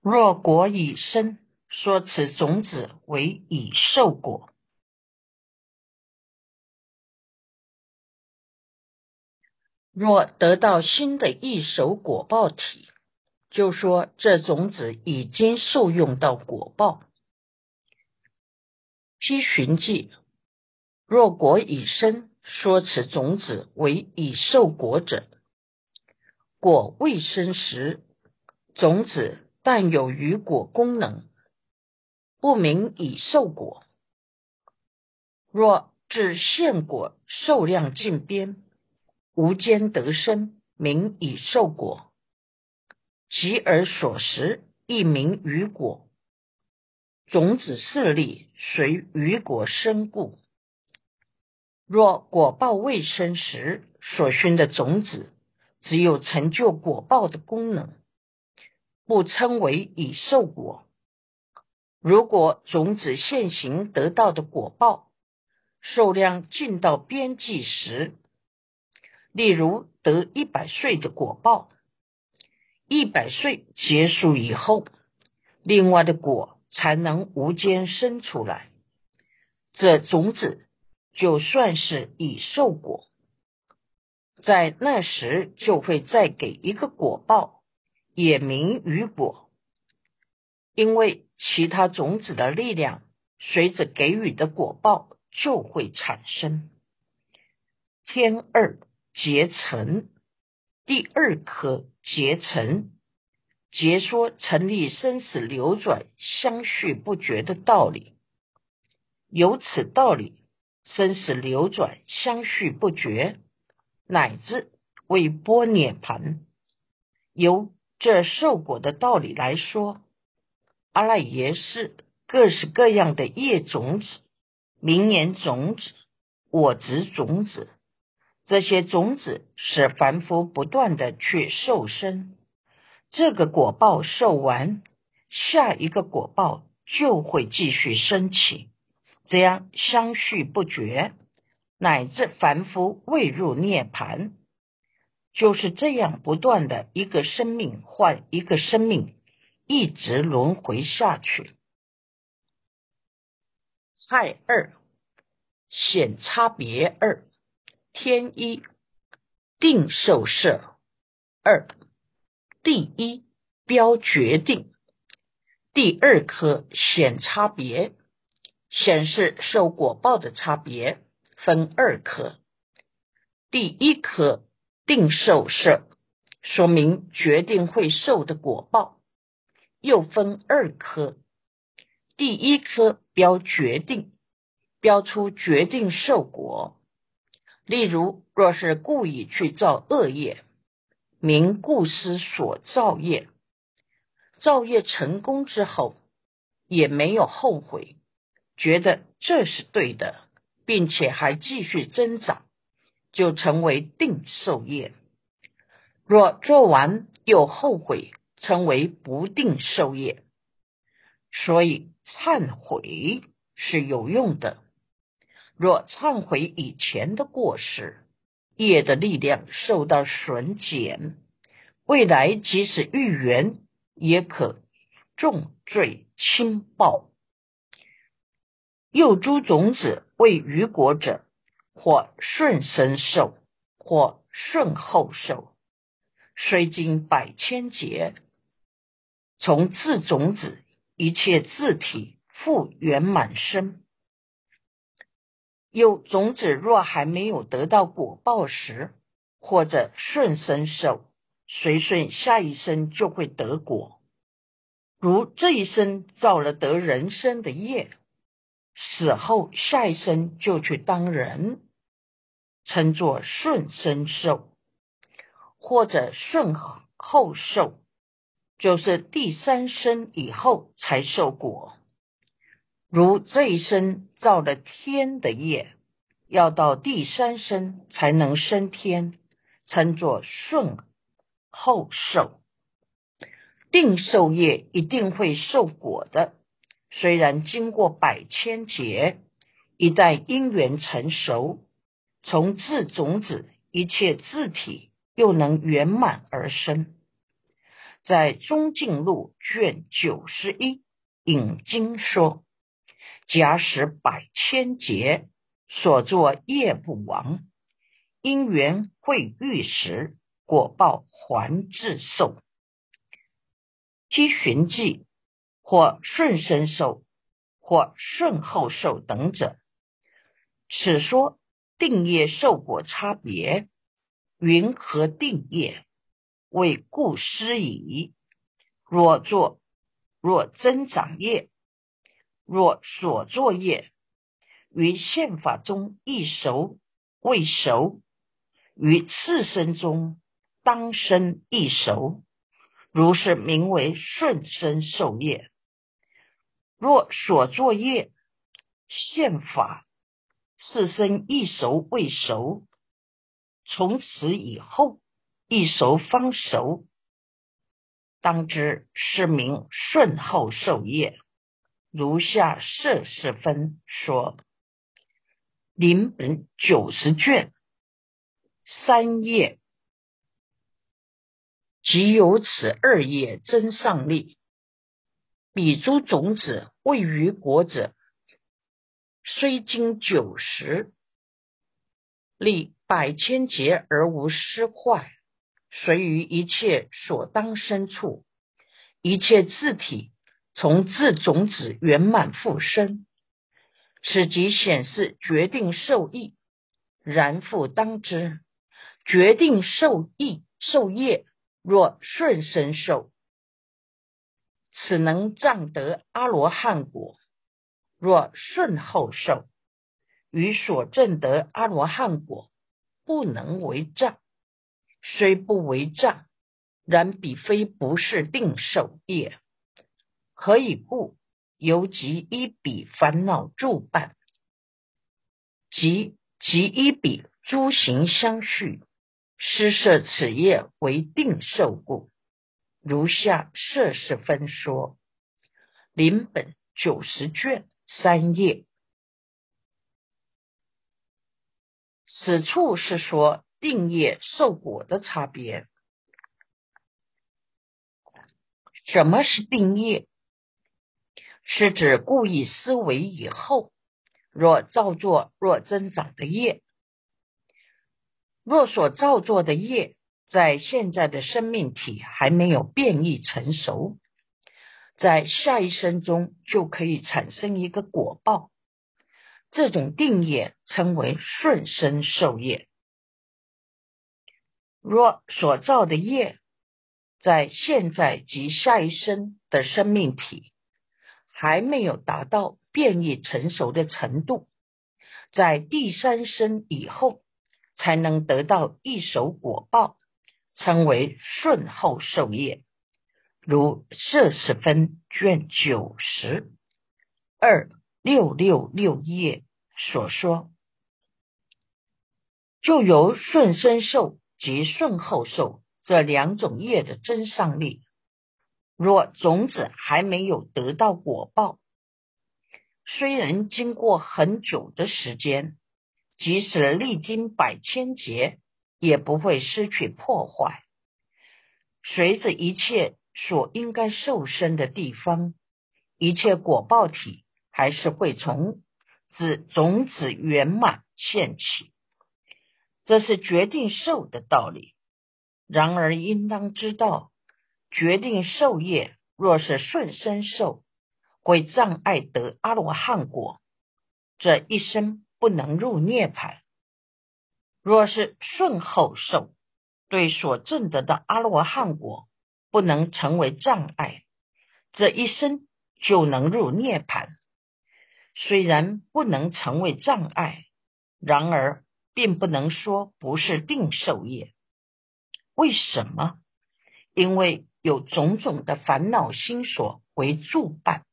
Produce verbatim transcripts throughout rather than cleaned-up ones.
若果已生，说此种子为已受果。若得到新的异熟果报体，就说这种子已经受用到果报。批寻记，若果已生，说此种子为已受果者，果未生时，种子但有余果功能，不名已受果。若至现果受量尽边，无间得生，名已受果；及而所食，亦名余果。种子势力随余果生故。若果报未生时，所熏的种子只有成就果报的功能，不称为已受果。如果种子现行得到的果报受量尽到边际时，例如得一百岁的果报，一百岁结束以后，另外的果才能无间生出来，这种子就算是已受果。在那时就会再给一个果报，也名余果。因为其他种子的力量随着给予的果报就会产生。天二结成，第二颗结成，结说成立生死流转相续不绝的道理。有此道理，生死流转相续不绝，乃至为波涅盘。由这受果的道理来说，阿赖耶识各式各样的业种子、名言种子、我执种子，这些种子使凡夫不断的去受生，这个果报受完，下一个果报就会继续升起，这样相续不绝，乃至凡夫未入涅槃，就是这样不断的一个生命换一个生命，一直轮回下去。害二，显差别二，天一，定受摄二，第一标决定，第二颗显差别，显示受果报的差别，分二颗。第一颗定受摄，说明决定会受的果报，又分二颗。第一颗标决定，标出决定受果。例如，若是故意去造恶业，名故思所造业，造业成功之后，也没有后悔，觉得这是对的，并且还继续增长，就成为定受业。若做完又后悔，称为不定受业。所以忏悔是有用的。若忏悔以前的过失，业的力量受到损减，未来即使遇缘，也可重罪轻报。又诸种子为余果者，或顺生受，或顺后受，虽经百千劫，从自种子一切自体复圆满生。有种子若还没有得到果报时，或者顺生受，随顺下一生就会得果。如这一生造了得人生的业，死后下一生就去当人，称作顺生受；或者顺后受，就是第三生以后才受果。如这一生造了天的业，要到第三生才能升天，称作顺后受。定受业一定会受果的，虽然经过百千劫，一旦因缘成熟，从自种子一切自体又能圆满而生。 在中进录卷九十一引经说：假使百千劫所作业不亡，因缘会遇时，果报还自受。依循记或顺生受或顺后受等者，此说定业受果差别，云何定业？为故施矣。若作若增长业，若所作业于宪法中易熟未熟，于次生中当生易熟，如是名为顺生受业。若所作业宪法次生易熟未熟，从此以后易熟方熟，当知是名顺后受业。如下摄事分说：临本九十卷三页，即有此二业增上力，彼诸种子位于国者，虽经九十，历百千劫而无失坏，随于一切所当生处，一切自体从自种子圆满复生，此即显示决定受益。然复当知，决定受益受业若顺生受，此能障得阿罗汉果；若顺后受，于所证得阿罗汉果不能为障。虽不为障，然彼非不是定受业。何以故？犹即依彼烦恼助伴，即即依彼诸行相续，施设此业为定受故。如下摄事分说：临本九十卷三页。此处是说定业受果的差别。什么是定业？是指故意思维以后，若造作若增长的业，若所造作的业在现在的生命体还没有变异成熟，在下一生中就可以产生一个果报，这种定业称为顺生受业。若所造的业在现在及下一生的生命体还没有达到变异成熟的程度，在第三生以后才能得到一手果报，称为顺后受业。如摄事分卷九十二六六六页所说，就由顺生受及顺后受这两种业的增上力。若种子还没有得到果报，虽然经过很久的时间，即使历经百千劫，也不会失去破坏。随着一切所应该受生的地方，一切果报体还是会从自种子圆满现起，这是决定受的道理。然而应当知道，决定受业若是顺生受，会障碍得阿罗汉果，这一生不能入涅槃；若是顺后受，对所证得的阿罗汉果不能成为障碍，这一生就能入涅槃。虽然不能成为障碍，然而并不能说不是定受业。为什么？因为有种种的烦恼心所为助伴，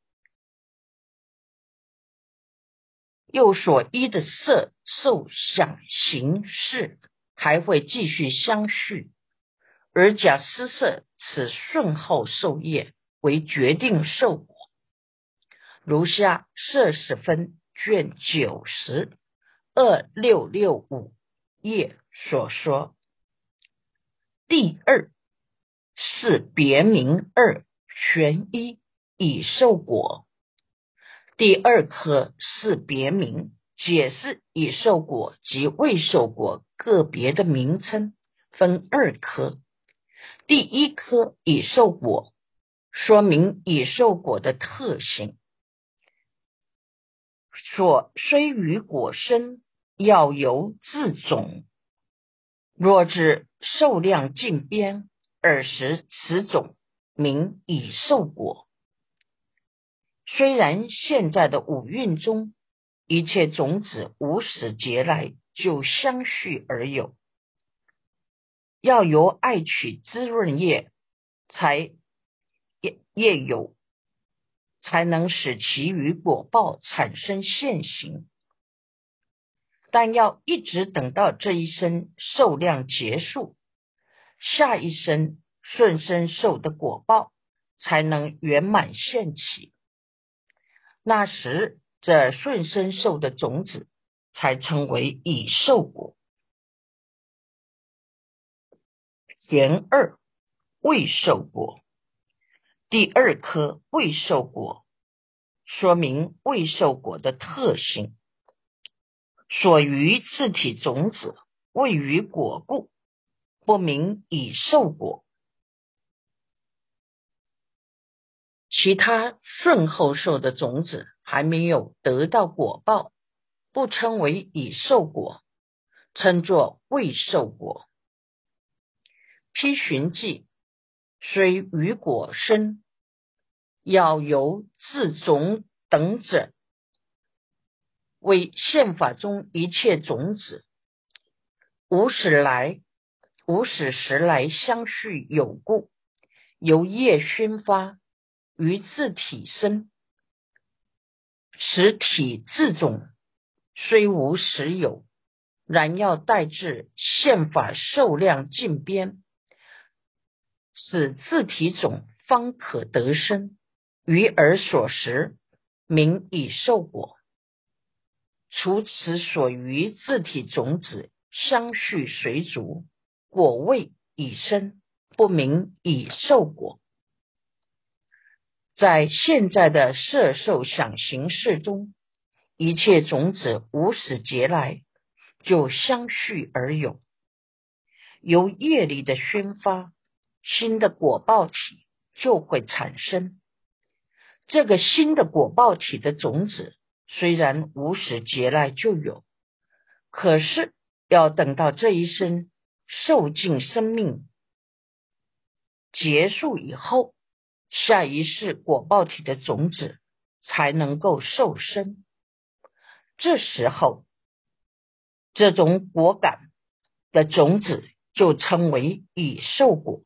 又所依的色受想行识还会继续相续，而假施设此顺后受业为决定受果。如下摄事分卷九十二六六五页所说：第二是别名二，玄一已受果。第二科是别名，解释已受果及未受果个别的名称，分二科。第一科已受果，说明已受果的特性。所虽于果生，要由自种。若至受量尽边，尔时此种名已受果。虽然现在的五蕴中，一切种子无始劫来就相续而有，要由爱取滋润业才业业有，才能使其余果报产生现行。但要一直等到这一生受量结束，下一生顺生受的果报才能圆满现起。那时这顺生受的种子才称为已受果。前二未受果。第二颗未受果，说明未受果的特性。所余自体种子未于果故，不明已受果。其他顺后受的种子还没有得到果报，不称为已受果，称作未受果。批寻记虽于果生，要由自种等者，为宪法中一切种子无始来无始时来相续有故，由业熏发于自体生，使体自种虽无实有，然要待至宪法受量尽边，使自体种方可得生，于而所食，名已受果。除此所余自体种子相续随逐，果位已生，不明已受果。在现在的色受想行识中，一切种子无始劫来就相续而有，由业力的宣发，新的果报体就会产生。这个新的果报体的种子虽然无始劫来就有，可是要等到这一生受尽生命结束以后，下一世果报体的种子才能够受生。这时候这种果感的种子就称为已受果。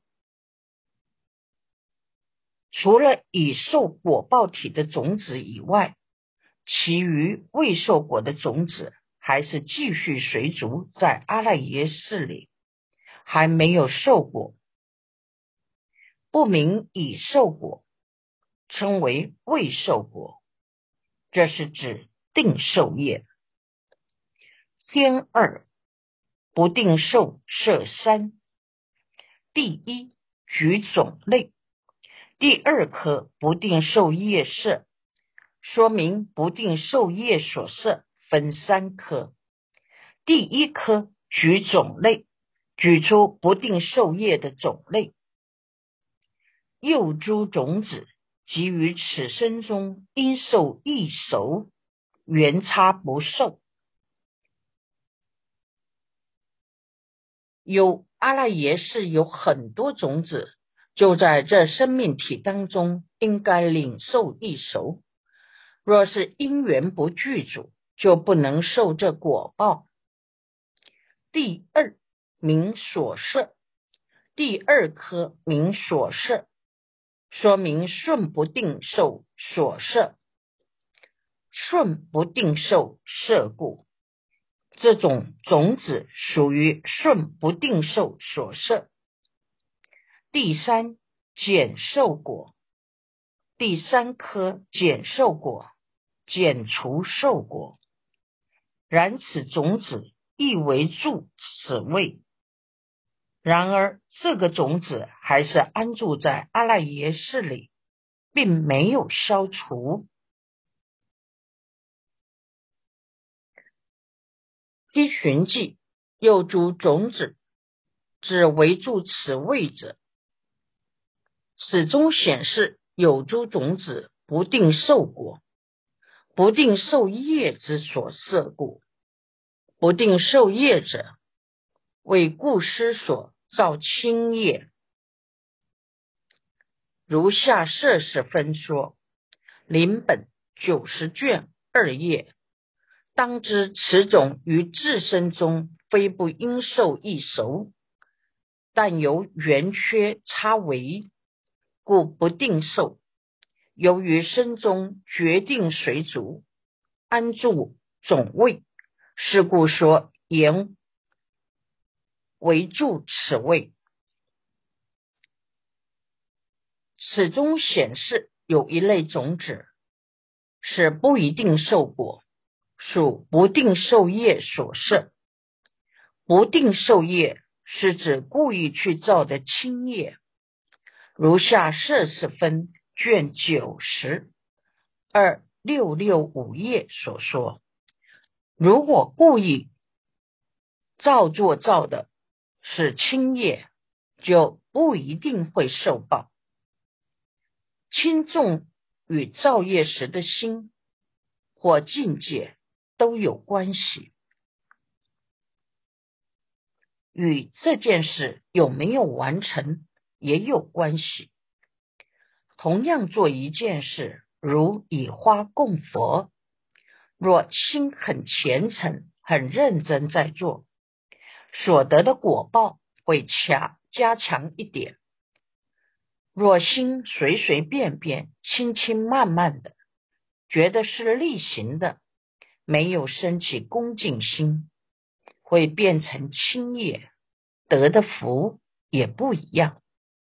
除了已受果报体的种子以外，其余未受果的种子还是继续随逐在阿赖耶识里，还没有受果，不明已受果，称为未受果。这是指定受业。天二不定受摄三。第一举种类。第二颗不定受业摄，说明不定受业所摄分三颗。第一颗举种类，举出不定受业的种类。幼诸种子即于此生中因受异熟，原差不受。有阿赖耶识有很多种子，就在这生命体当中应该领受异熟，若是因缘不具足，就不能受这果报。第二名所摄，第二颗名所摄，说明顺不定受所摄，顺不定受摄故，这种种子属于顺不定受所摄。第三减受果，第三颗减受果，减除受果。然此种子亦为住此位， 然而这个种子还是安住在阿赖耶识里，并没有消除。依循记又诸种子，指围住此位者，此中显示有诸种子不定受果，不定受业之所摄故。不定受业者，为故师所造轻业。如下摄氏分说，临本九十卷二页，当知此种于自身中非不应受亦熟，但由圆缺差为，故不定受。由于身中决定水主，安住种位，是故说言围住此位。此中显示有一类种子是不一定受果，属不定受业所摄。不定受业是指故意去造的轻业，如下摄氏分卷九十二六六五页所说。如果故意造作造的是轻业，就不一定会受报。轻重与造业时的心或境界都有关系，与这件事有没有完成也有关系。同样做一件事，如以花供佛，若心很虔诚很认真在做，所得的果报会强加强一点。若心随随便便轻轻慢慢的，觉得是例行的，没有升起恭敬心，会变成轻业，得的福也不一样。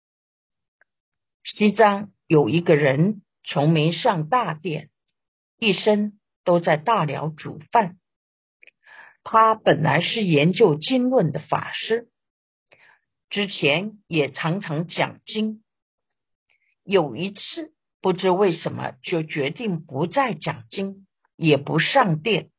西藏有一个人从没上大殿，一生都在大寮煮饭。他本来是研究经论的法师，之前也常常讲经。有一次不知为什么就决定不再讲经，也不上殿，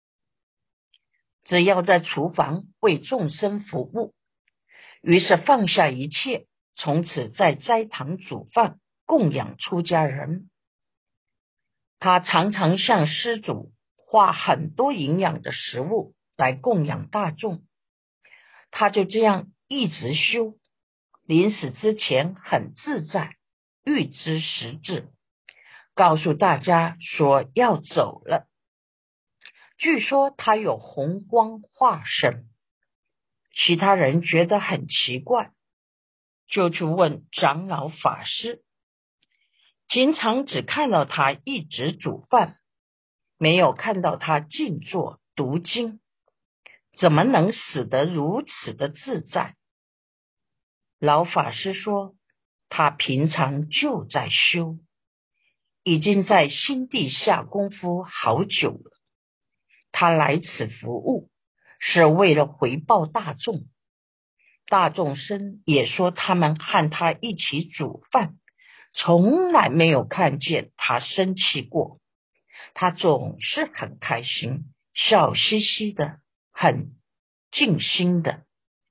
只要在厨房为众生服务。于是放下一切，从此在斋堂煮饭供养出家人。他常常向施主画很多营养的食物来供养大众。他就这样一直修，临死之前很自在，预知时至，告诉大家说要走了。据说他有红光化身，其他人觉得很奇怪，就去问长老法师。经常只看到他一直煮饭，没有看到他静坐读经，怎么能死得如此的自在？老法师说，他平常就在修，已经在心地下功夫好久了。他来此服务是为了回报大众，大众生也说他们和他一起煮饭，从来没有看见他生气过，他总是很开心，笑嘻嘻的，很尽心的。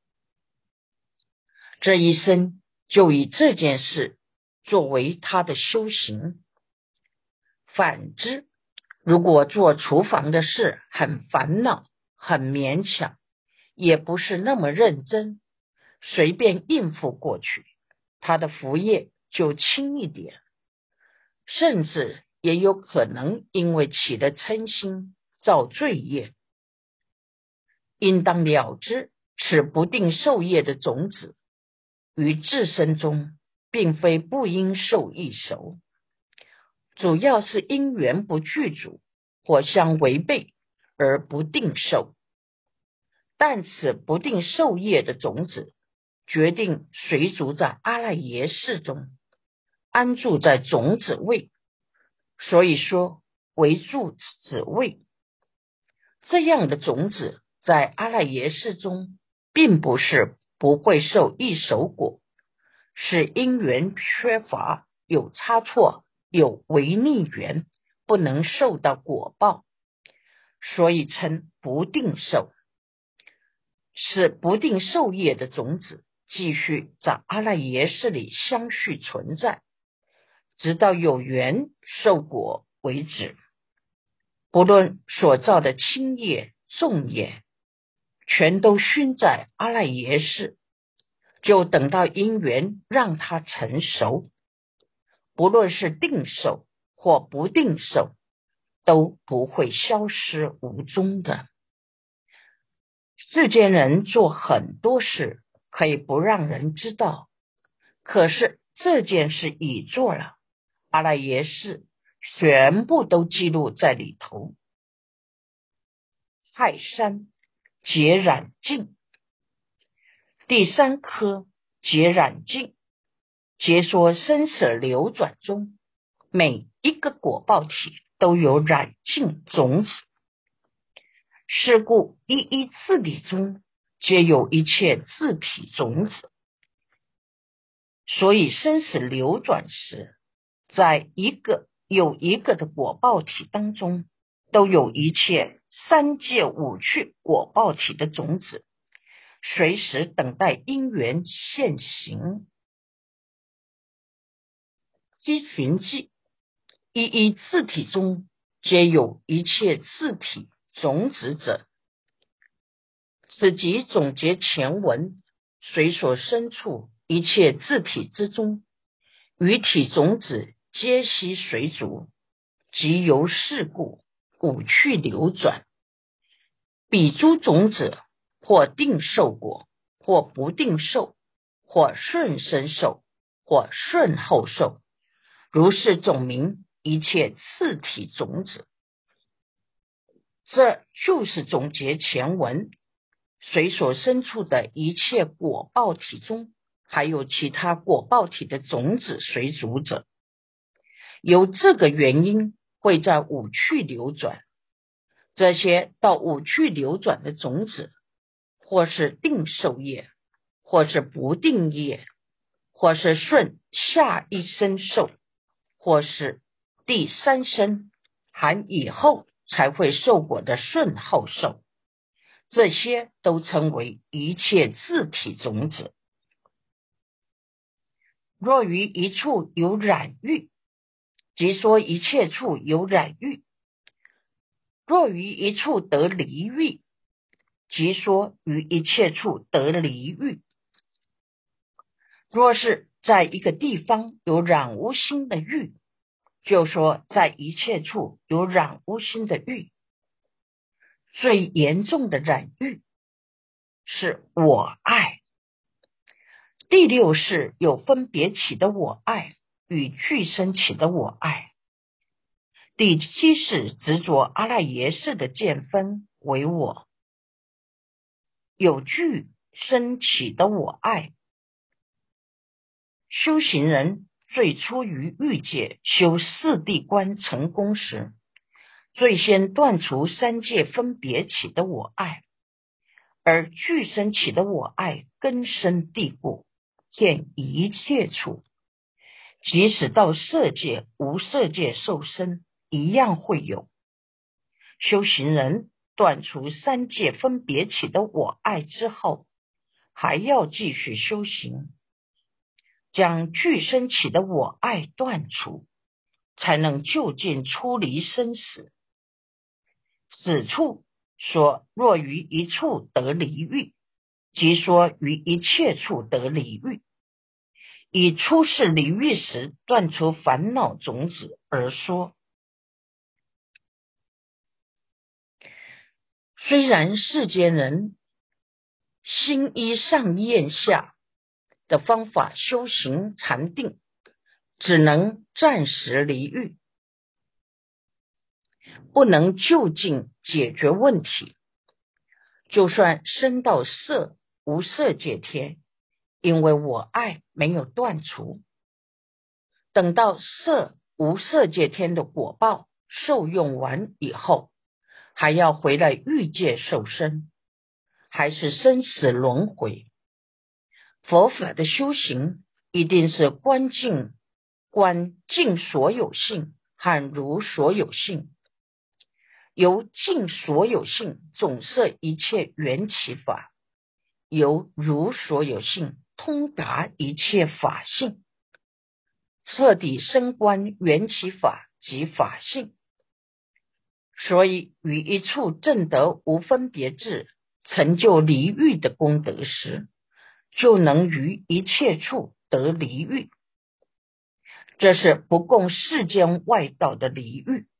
这一生就以这件事作为他的修行。反之，如果做厨房的事很烦恼，很勉强，也不是那么认真，随便应付过去，他的福业就轻一点，甚至也有可能因为起了嗔心造罪业。应当了知，此不定受业的种子于自身中并非不应受亦熟，主要是因缘不具足或相违背而不定受。但此不定受业的种子决定随逐在阿赖耶识中，安住在种子位，所以说为住此位。这样的种子在阿赖耶识中并不是不会受一手果，是因缘缺乏，有差错，有违逆缘，不能受到果报，所以称不定受。是不定受业的种子继续在阿赖耶识里相续存在，直到有缘受果为止。不论所造的轻业重业，全都熏在阿赖耶识，就等到因缘让它成熟。不论是定受或不定受，都不会消失无踪的。世间人做很多事可以不让人知道，可是这件事已做了，阿赖耶识全部都记录在里头。亥山结染净，第三颗结染净，解说生死流转中，每一个果报体都有染净种子，是故一一次体中皆有一切自体种子。所以生死流转时，在一个有一个的果报体当中，都有一切三界五趣果报体的种子，随时等待因缘现行。依循记，一一自体中皆有一切自体种子者，此即总结前文随所生处一切自体之中，于体种子皆悉随逐，即由是故五趣流转。彼诸种子或定受果，或不定受，或顺生受，或顺后受，如是总名一切次体种子。这就是总结前文随所生处的一切果报体中，还有其他果报体的种子随逐者，由这个原因会在五趣流转。这些到五趣流转的种子，或是定受业，或是不定业，或是顺下一生受，或是第三生含以后才会受果的顺后受，这些都称为一切自体种子。若于一处有染欲，即说一切处有染欲；若于一处得离欲，即说于一切处得离欲。若是在一个地方有染污心的欲，就说在一切处有染污心的欲。最严重的染欲是我爱。第六是有分别起的我爱与俱生起的我爱。第七是执着阿赖耶识的见分为我，有俱生起的我爱。修行人最初于欲界修四谛观成功时，最先断除三界分别起的我爱，而俱生起的我爱根深蒂固，见一切处，即使到色界无色界受生一样会有。修行人断除三界分别起的我爱之后，还要继续修行，将俱生起的我爱断除，才能究竟出离生死。此处说若于一处得离欲，即说于一切处得离欲，以出世离欲时断除烦恼种子而说。虽然世间人心依上厌下的方法修行禅定，只能暂时离欲，不能就近解决问题。就算升到色无色界天，因为我爱没有断除，等到色无色界天的果报受用完以后，还要回来欲界受生，还是生死轮回。 佛法的修行一定是观境观尽所有性和如所有性，由尽所有性总摄一切缘起法，由如所有性通达一切法性，彻底深观缘起法及法性。所以于一处证得无分别智，成就离欲的功德时，就能于一切处得离欲。这是不共世间外道的离欲。